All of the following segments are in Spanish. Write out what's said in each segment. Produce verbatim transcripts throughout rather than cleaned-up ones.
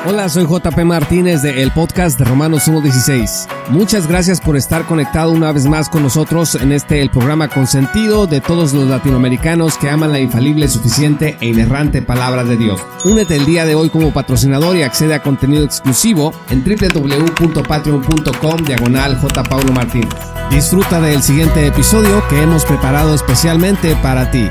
Hola, soy J P Martínez de el podcast de Romanos uno dieciséis. Muchas gracias por estar conectado una vez más con nosotros en este el programa consentido de todos los latinoamericanos que aman la infalible, suficiente e inerrante palabra de Dios. Únete el día de hoy como patrocinador y accede a contenido exclusivo en doble u doble u doble u punto patreon punto com diagonal J Paulo Martínez. Disfruta del siguiente episodio que hemos preparado especialmente para ti.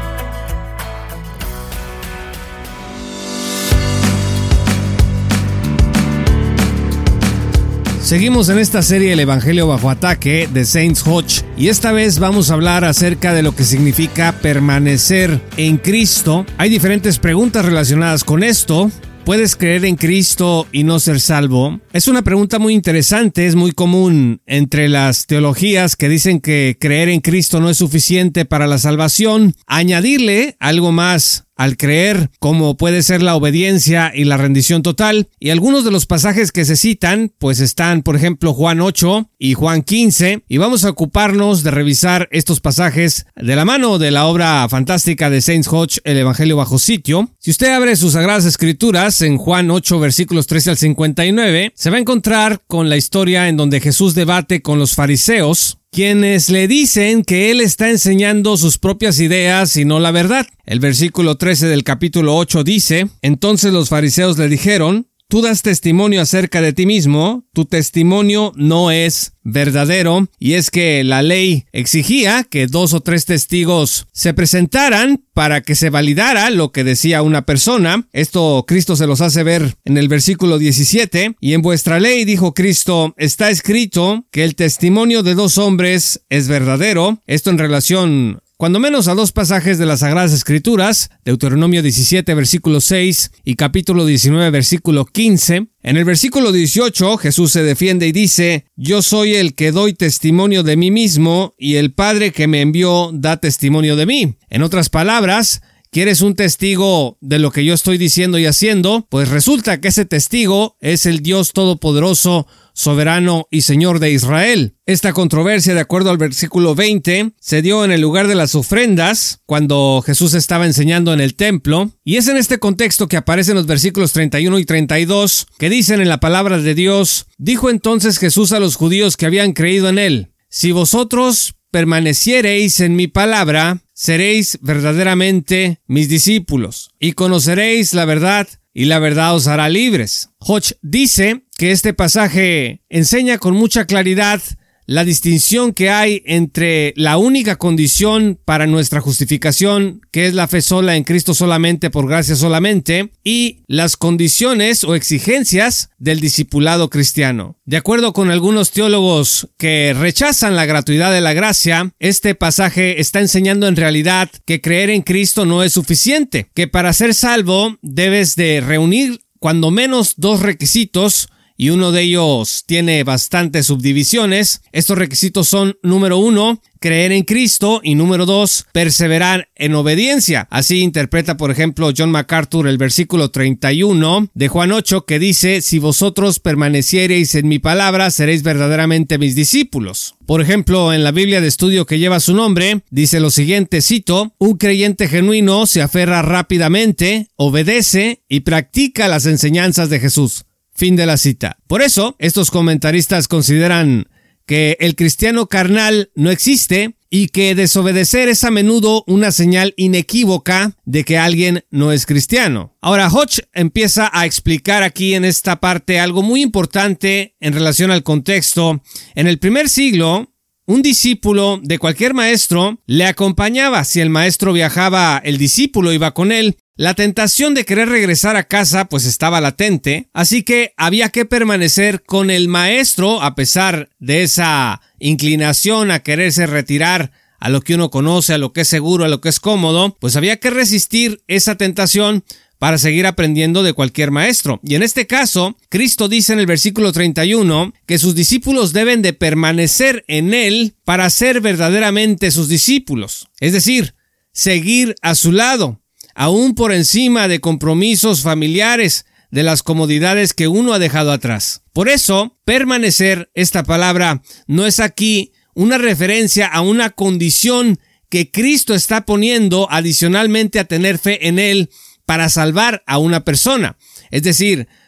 Seguimos en esta serie El Evangelio bajo ataque de Saints Hodge y esta vez vamos a hablar acerca de lo que significa permanecer en Cristo. Hay diferentes preguntas relacionadas con esto. ¿Puedes creer en Cristo y no ser salvo? Es una pregunta muy interesante, es muy común entre las teologías que dicen que creer en Cristo no es suficiente para la salvación. Añadirle algo más al creer, como puede ser la obediencia y la rendición total. Y algunos de los pasajes que se citan, pues están, por ejemplo, Juan ocho y Juan quince. Y vamos a ocuparnos de revisar estos pasajes de la mano de la obra fantástica de Saints Hodge, El Evangelio bajo sitio. Si usted abre sus Sagradas Escrituras, en Juan ocho, versículos trece al cincuenta y nueve, se va a encontrar con la historia en donde Jesús debate con los fariseos, quienes le dicen que él está enseñando sus propias ideas y no la verdad. El versículo trece del capítulo ocho dice: Entonces los fariseos le dijeron: Tú das testimonio acerca de ti mismo, tu testimonio no es verdadero. Y es que la ley exigía que dos o tres testigos se presentaran para que se validara lo que decía una persona. Esto Cristo se los hace ver en el versículo diecisiete. Y en vuestra ley, dijo Cristo, está escrito que el testimonio de dos hombres es verdadero. Esto en relación cuando menos a dos pasajes de las Sagradas Escrituras, Deuteronomio diecisiete, versículo seis y capítulo diecinueve, versículo quince. En el versículo dieciocho, Jesús se defiende y dice: Yo soy el que doy testimonio de mí mismo, y el Padre que me envió da testimonio de mí. En otras palabras, ¿quieres un testigo de lo que yo estoy diciendo y haciendo? Pues resulta que ese testigo es el Dios Todopoderoso, soberano y Señor de Israel. Esta controversia, de acuerdo al versículo veinte, se dio en el lugar de las ofrendas, cuando Jesús estaba enseñando en el templo, y es en este contexto que aparecen los versículos treinta y uno y treinta y dos, que dicen en la palabra de Dios: Dijo entonces Jesús a los judíos que habían creído en él: Si vosotros permaneciereis en mi palabra, seréis verdaderamente mis discípulos, y conoceréis la verdad, y la verdad os hará libres. Hodge dice que este pasaje enseña con mucha claridad la distinción que hay entre la única condición para nuestra justificación, que es la fe sola en Cristo solamente, por gracia solamente, y las condiciones o exigencias del discipulado cristiano. De acuerdo con algunos teólogos que rechazan la gratuidad de la gracia, este pasaje está enseñando en realidad que creer en Cristo no es suficiente, que para ser salvo debes de reunir cuando menos dos requisitos, y uno de ellos tiene bastantes subdivisiones. Estos requisitos son: número uno, creer en Cristo, y número dos, perseverar en obediencia. Así interpreta, por ejemplo, John MacArthur el versículo treinta y uno de Juan ocho, que dice: Si vosotros permaneciereis en mi palabra, seréis verdaderamente mis discípulos. Por ejemplo, en la Biblia de estudio que lleva su nombre, dice lo siguiente, cito: Un creyente genuino se aferra rápidamente, obedece y practica las enseñanzas de Jesús. Fin de la cita. Por eso, estos comentaristas consideran que el cristiano carnal no existe y que desobedecer es a menudo una señal inequívoca de que alguien no es cristiano. Ahora, Hodge empieza a explicar aquí en esta parte algo muy importante en relación al contexto. En el primer siglo, un discípulo de cualquier maestro le acompañaba. Si el maestro viajaba, el discípulo iba con él. La tentación de querer regresar a casa pues estaba latente, así que había que permanecer con el maestro a pesar de esa inclinación a quererse retirar a lo que uno conoce, a lo que es seguro, a lo que es cómodo. Pues había que resistir esa tentación para seguir aprendiendo de cualquier maestro. Y en este caso, Cristo dice en el versículo treinta y uno que sus discípulos deben de permanecer en él para ser verdaderamente sus discípulos, es decir, seguir a su lado, aún por encima de compromisos familiares, de las comodidades que uno ha dejado atrás. Por eso, permanecer, esta palabra, no es aquí una referencia a una condición que Cristo está poniendo adicionalmente a tener fe en él para salvar a una persona. Es decir,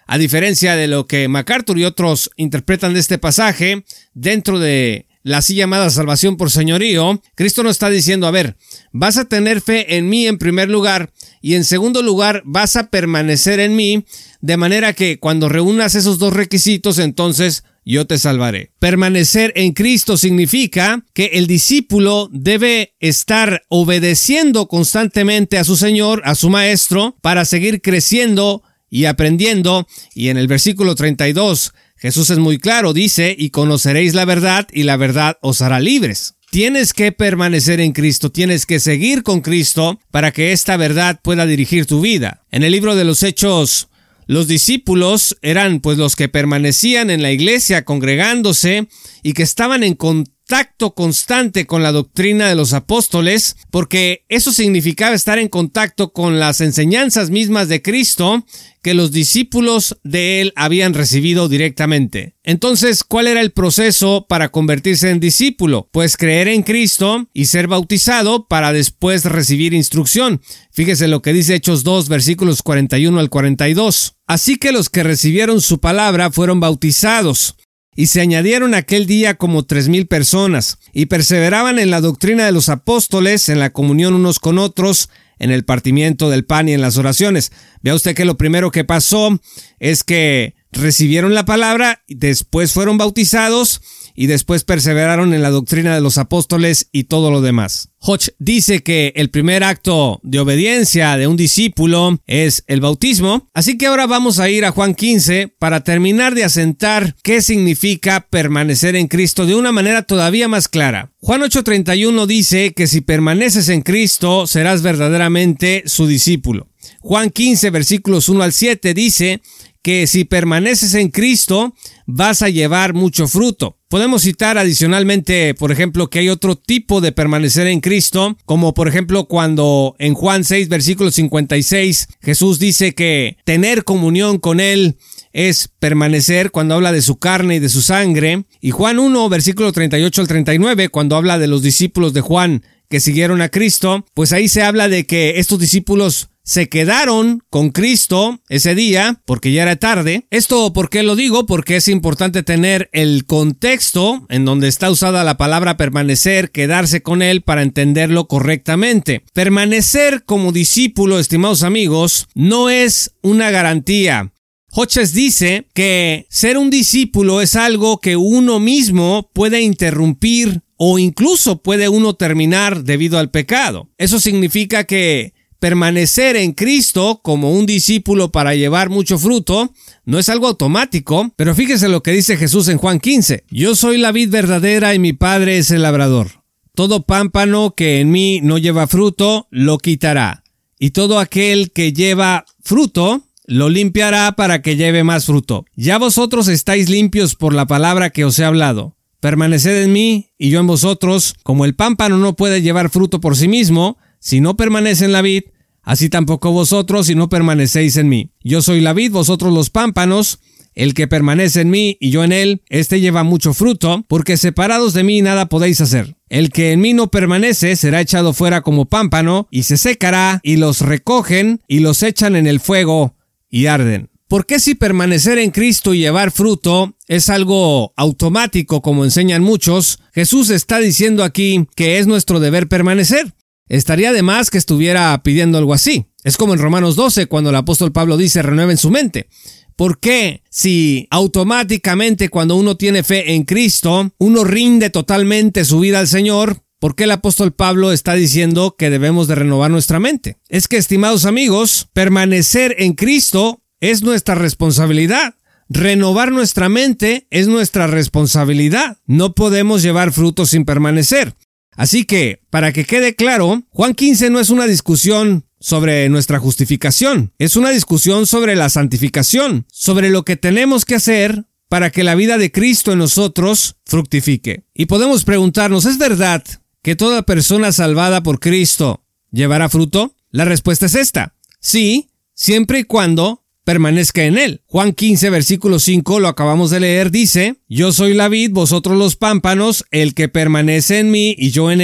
A diferencia de lo que MacArthur y otros interpretan de este pasaje, dentro de la así llamada salvación por señorío, Cristo nos está diciendo, a ver, vas a tener fe en mí en primer lugar y en segundo lugar vas a permanecer en mí, de manera que cuando reúnas esos dos requisitos, entonces yo te salvaré. Permanecer en Cristo significa que el discípulo debe estar obedeciendo constantemente a su Señor, a su Maestro, para seguir creciendo y aprendiendo. Y en el versículo treinta y dos, Jesús es muy claro, dice, y conoceréis la verdad y la verdad os hará libres. Tienes que permanecer en Cristo, tienes que seguir con Cristo para que esta verdad pueda dirigir tu vida. En el libro de los Hechos, los discípulos eran pues los que permanecían en la iglesia congregándose y que estaban en contacto constante con la doctrina de los apóstoles, porque eso significaba estar en contacto con las enseñanzas mismas de Cristo que los discípulos de él habían recibido directamente. Entonces, ¿cuál era el proceso para convertirse en discípulo? Pues creer en Cristo y ser bautizado para después recibir instrucción. Fíjese lo que dice Hechos dos, versículos cuarenta y uno al cuarenta y dos. Así que los que recibieron su palabra fueron bautizados, y se añadieron aquel día como tres mil personas, y perseveraban en la doctrina de los apóstoles, en la comunión unos con otros, en el partimiento del pan y en las oraciones. Vea usted que lo primero que pasó es que recibieron la palabra, después fueron bautizados y después perseveraron en la doctrina de los apóstoles y todo lo demás. Hodge dice que el primer acto de obediencia de un discípulo es el bautismo, así que ahora vamos a ir a Juan quince para terminar de asentar qué significa permanecer en Cristo de una manera todavía más clara. Juan ocho treinta y uno dice que si permaneces en Cristo serás verdaderamente su discípulo. Juan quince versículos uno al siete dice que si permaneces en Cristo vas a llevar mucho fruto. Podemos citar adicionalmente, por ejemplo, que hay otro tipo de permanecer en Cristo, como por ejemplo cuando en Juan seis, versículo cincuenta y seis, Jesús dice que tener comunión con Él es permanecer cuando habla de su carne y de su sangre. Y Juan uno, versículo treinta y ocho al treinta y nueve, cuando habla de los discípulos de Juan que siguieron a Cristo, pues ahí se habla de que estos discípulos se quedaron con Cristo ese día porque ya era tarde. ¿Esto por qué lo digo? Porque es importante tener el contexto en donde está usada la palabra permanecer, quedarse con Él para entenderlo correctamente. Permanecer como discípulo, estimados amigos, no es una garantía. Hodges dice que ser un discípulo es algo que uno mismo puede interrumpir o incluso puede uno terminar debido al pecado. Eso significa que permanecer en Cristo como un discípulo para llevar mucho fruto no es algo automático, pero fíjese lo que dice Jesús en Juan quince. Yo soy la vid verdadera y mi Padre es el labrador. Todo pámpano que en mí no lleva fruto, lo quitará. Y todo aquel que lleva fruto, lo limpiará para que lleve más fruto. Ya vosotros estáis limpios por la palabra que os he hablado. Permaneced en mí y yo en vosotros. Como el pámpano no puede llevar fruto por sí mismo, si no permanece en la vid, así tampoco vosotros si no permanecéis en mí. Yo soy la vid, vosotros los pámpanos. El que permanece en mí y yo en él, éste lleva mucho fruto, porque separados de mí nada podéis hacer. El que en mí no permanece será echado fuera como pámpano, y se secará, y los recogen, y los echan en el fuego, y arden. ¿Por qué si permanecer en Cristo y llevar fruto es algo automático, como enseñan muchos? Jesús está diciendo aquí que es nuestro deber permanecer. Estaría de más que estuviera pidiendo algo así. Es como en Romanos doce, cuando el apóstol Pablo dice, renueven su mente. ¿Por qué si automáticamente cuando uno tiene fe en Cristo, uno rinde totalmente su vida al Señor? ¿Por qué el apóstol Pablo está diciendo que debemos de renovar nuestra mente? Es que, estimados amigos, permanecer en Cristo es nuestra responsabilidad. Renovar nuestra mente es nuestra responsabilidad. No podemos llevar frutos sin permanecer. Así que, para que quede claro, Juan quince no es una discusión sobre nuestra justificación, es una discusión sobre la santificación, sobre lo que tenemos que hacer para que la vida de Cristo en nosotros fructifique. Y podemos preguntarnos, ¿es verdad que toda persona salvada por Cristo llevará fruto? La respuesta es esta: sí, siempre y cuando permanezca en él. Juan quince, versículo cinco, lo acabamos de leer, dice, yo soy la vid, vosotros los pámpanos, el que permanece en mí y yo en él,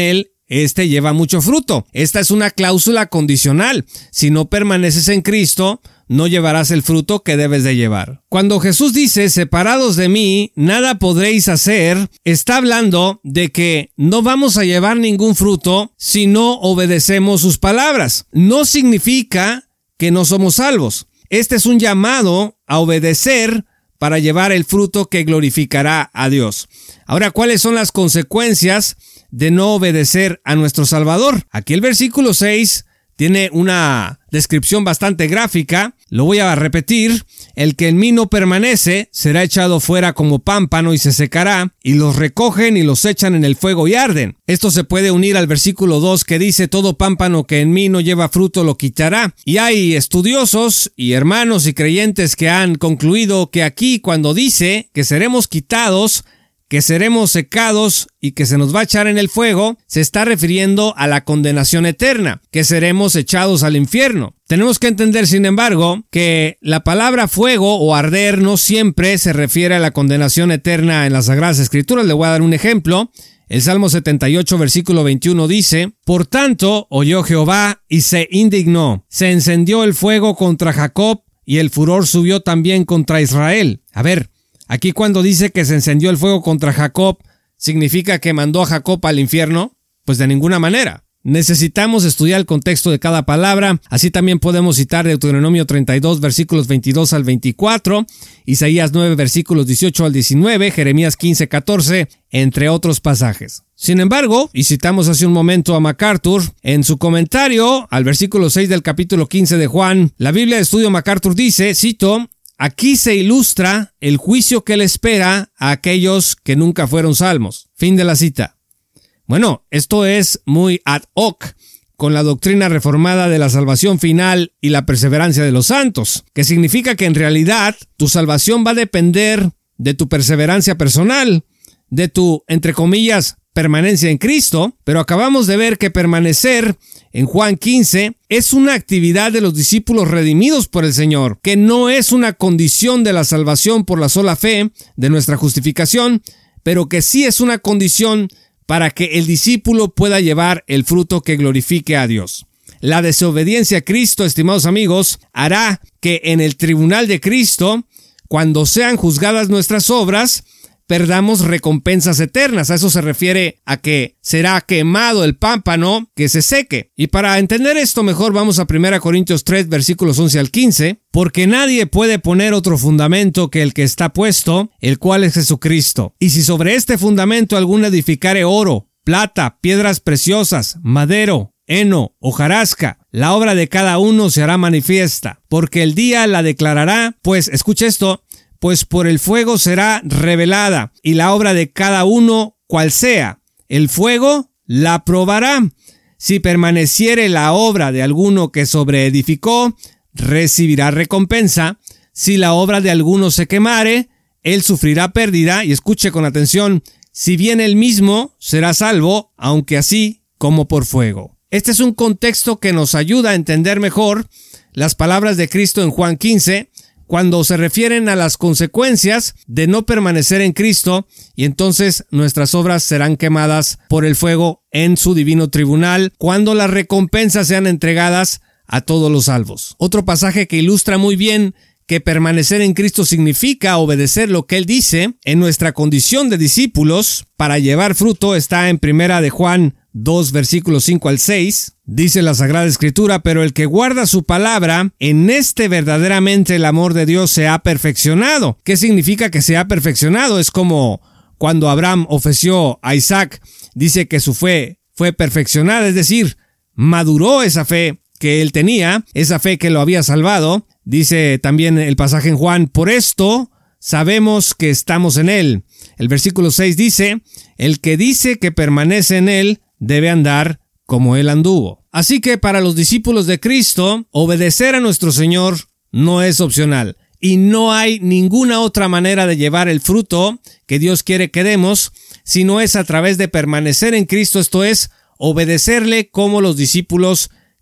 este lleva mucho fruto. Esta es una cláusula condicional. Si no permaneces en Cristo, no llevarás el fruto que debes de llevar. Cuando Jesús dice, separados de mí, nada podréis hacer, está hablando de que no vamos a llevar ningún fruto si no obedecemos sus palabras. No significa que no somos salvos. Este es un llamado a obedecer para llevar el fruto que glorificará a Dios. Ahora, ¿cuáles son las consecuencias de no obedecer a nuestro Salvador? Aquí el versículo seis tiene una descripción bastante gráfica. Lo voy a repetir. El que en mí no permanece será echado fuera como pámpano y se secará, y los recogen y los echan en el fuego y arden. Esto se puede unir al versículo dos que dice, todo pámpano que en mí no lleva fruto lo quitará. Y hay estudiosos y hermanos y creyentes que han concluido que aquí cuando dice que seremos quitados, que seremos secados y que se nos va a echar en el fuego, se está refiriendo a la condenación eterna, que seremos echados al infierno. Tenemos que entender, sin embargo, que la palabra fuego o arder no siempre se refiere a la condenación eterna en las Sagradas Escrituras. Le voy a dar un ejemplo. El Salmo setenta y ocho, versículo veintiuno dice, por tanto, oyó Jehová y se indignó. Se encendió el fuego contra Jacob y el furor subió también contra Israel. A ver, aquí cuando dice que se encendió el fuego contra Jacob, ¿significa que mandó a Jacob al infierno? Pues de ninguna manera. Necesitamos estudiar el contexto de cada palabra. Así también podemos citar Deuteronomio treinta y dos, versículos veintidós al veinticuatro, Isaías nueve, versículos dieciocho al diecinueve, Jeremías quince, catorce, entre otros pasajes. Sin embargo, y citamos hace un momento a MacArthur, en su comentario al versículo seis del capítulo quince de Juan, la Biblia de Estudio MacArthur dice, cito, aquí se ilustra el juicio que le espera a aquellos que nunca fueron salvos. Fin de la cita. Bueno, esto es muy ad hoc con la doctrina reformada de la salvación final y la perseverancia de los santos, que significa que en realidad tu salvación va a depender de tu perseverancia personal, de tu, entre comillas, permanencia en Cristo, pero acabamos de ver que permanecer en Juan quince es una actividad de los discípulos redimidos por el Señor, que no es una condición de la salvación por la sola fe de nuestra justificación, pero que sí es una condición para que el discípulo pueda llevar el fruto que glorifique a Dios. La desobediencia a Cristo, estimados amigos, hará que en el tribunal de Cristo, cuando sean juzgadas nuestras obras, perdamos recompensas eternas. A eso se refiere a que será quemado el pámpano que se seque. Y para entender esto mejor vamos a primera Corintios tres, versículos once al quince. Porque nadie puede poner otro fundamento que el que está puesto, el cual es Jesucristo. Y si sobre este fundamento algún edificare oro, plata, piedras preciosas, madero, heno, hojarasca, la obra de cada uno se hará manifiesta, porque el día la declarará, pues, escucha esto, pues por el fuego será revelada, y la obra de cada uno cual sea, el fuego la probará. Si permaneciere la obra de alguno que sobreedificó, recibirá recompensa. Si la obra de alguno se quemare, él sufrirá pérdida, y escuche con atención, si bien él mismo será salvo, aunque así como por fuego. Este es un contexto que nos ayuda a entender mejor las palabras de Cristo en Juan quince, cuando se refieren a las consecuencias de no permanecer en Cristo, y entonces nuestras obras serán quemadas por el fuego en su divino tribunal, cuando las recompensas sean entregadas a todos los salvos. Otro pasaje que ilustra muy bien que permanecer en Cristo significa obedecer lo que Él dice en nuestra condición de discípulos para llevar fruto está en primera de Juan dos, versículos cinco al seis. Dice la Sagrada Escritura, pero el que guarda su palabra, en este verdaderamente el amor de Dios se ha perfeccionado. ¿Qué significa que se ha perfeccionado? Es como cuando Abraham ofreció a Isaac, dice que su fe fue perfeccionada, es decir, maduró esa fe que él tenía, esa fe que lo había salvado. Dice también el pasaje en Juan, por esto sabemos que estamos en él. El versículo seis dice, el que dice que permanece en él debe andar como él anduvo. Así que para los discípulos de Cristo, obedecer a nuestro Señor no es opcional. Y no hay ninguna otra manera de llevar el fruto que Dios quiere que demos, sino es a través de permanecer en Cristo, esto es, obedecerle como los discípulos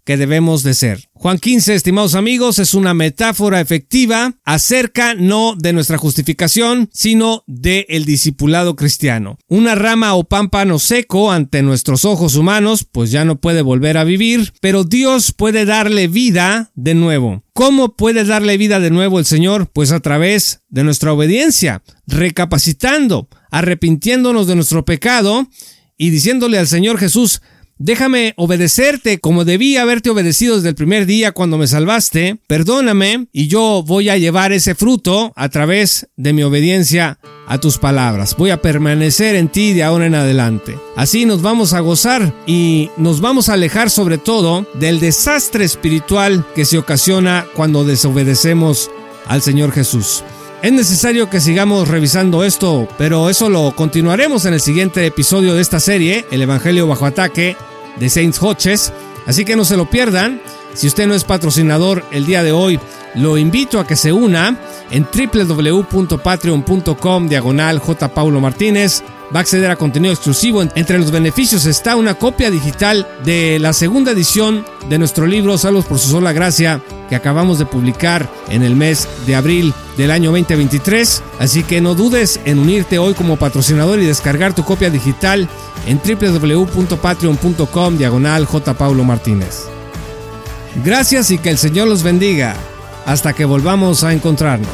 que debemos de ser. Juan quince, estimados amigos, es una metáfora efectiva acerca no de nuestra justificación, sino del discipulado cristiano. Una rama o pámpano seco ante nuestros ojos humanos, pues ya no puede volver a vivir, pero Dios puede darle vida de nuevo. ¿Cómo puede darle vida de nuevo el Señor? Pues a través de nuestra obediencia, recapacitando, arrepintiéndonos de nuestro pecado y diciéndole al Señor Jesús: déjame obedecerte como debí haberte obedecido desde el primer día cuando me salvaste. Perdóname y yo voy a llevar ese fruto a través de mi obediencia a tus palabras. Voy a permanecer en ti de ahora en adelante. Así nos vamos a gozar y nos vamos a alejar sobre todo del desastre espiritual que se ocasiona cuando desobedecemos al Señor Jesús. Es necesario que sigamos revisando esto, pero eso lo continuaremos en el siguiente episodio de esta serie, El Evangelio bajo ataque de Saints Hodges. Así que no se lo pierdan. Si usted no es patrocinador el día de hoy, lo invito a que se una en www.patreon.com diagonal J. Paulo Martínez. Va a acceder a contenido exclusivo. Entre los beneficios está una copia digital de la segunda edición de nuestro libro Salvos por su sola gracia, que acabamos de publicar en el mes de abril del año veinte veintitrés. Así que no dudes en unirte hoy como patrocinador y descargar tu copia digital en www.patreon.com diagonal J. Paulo Martínez. Gracias y que el Señor los bendiga. Hasta que volvamos a encontrarnos.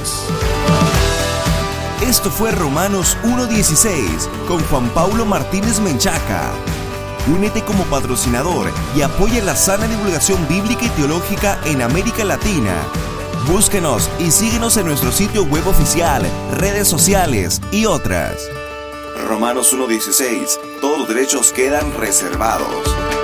Esto fue Romanos uno dieciséis con Juan Paulo Martínez Menchaca. Únete como patrocinador y apoya la sana divulgación bíblica y teológica en América Latina. Búsquenos y síguenos en nuestro sitio web oficial, redes sociales y otras. Romanos uno dieciséis. Todos los derechos quedan reservados.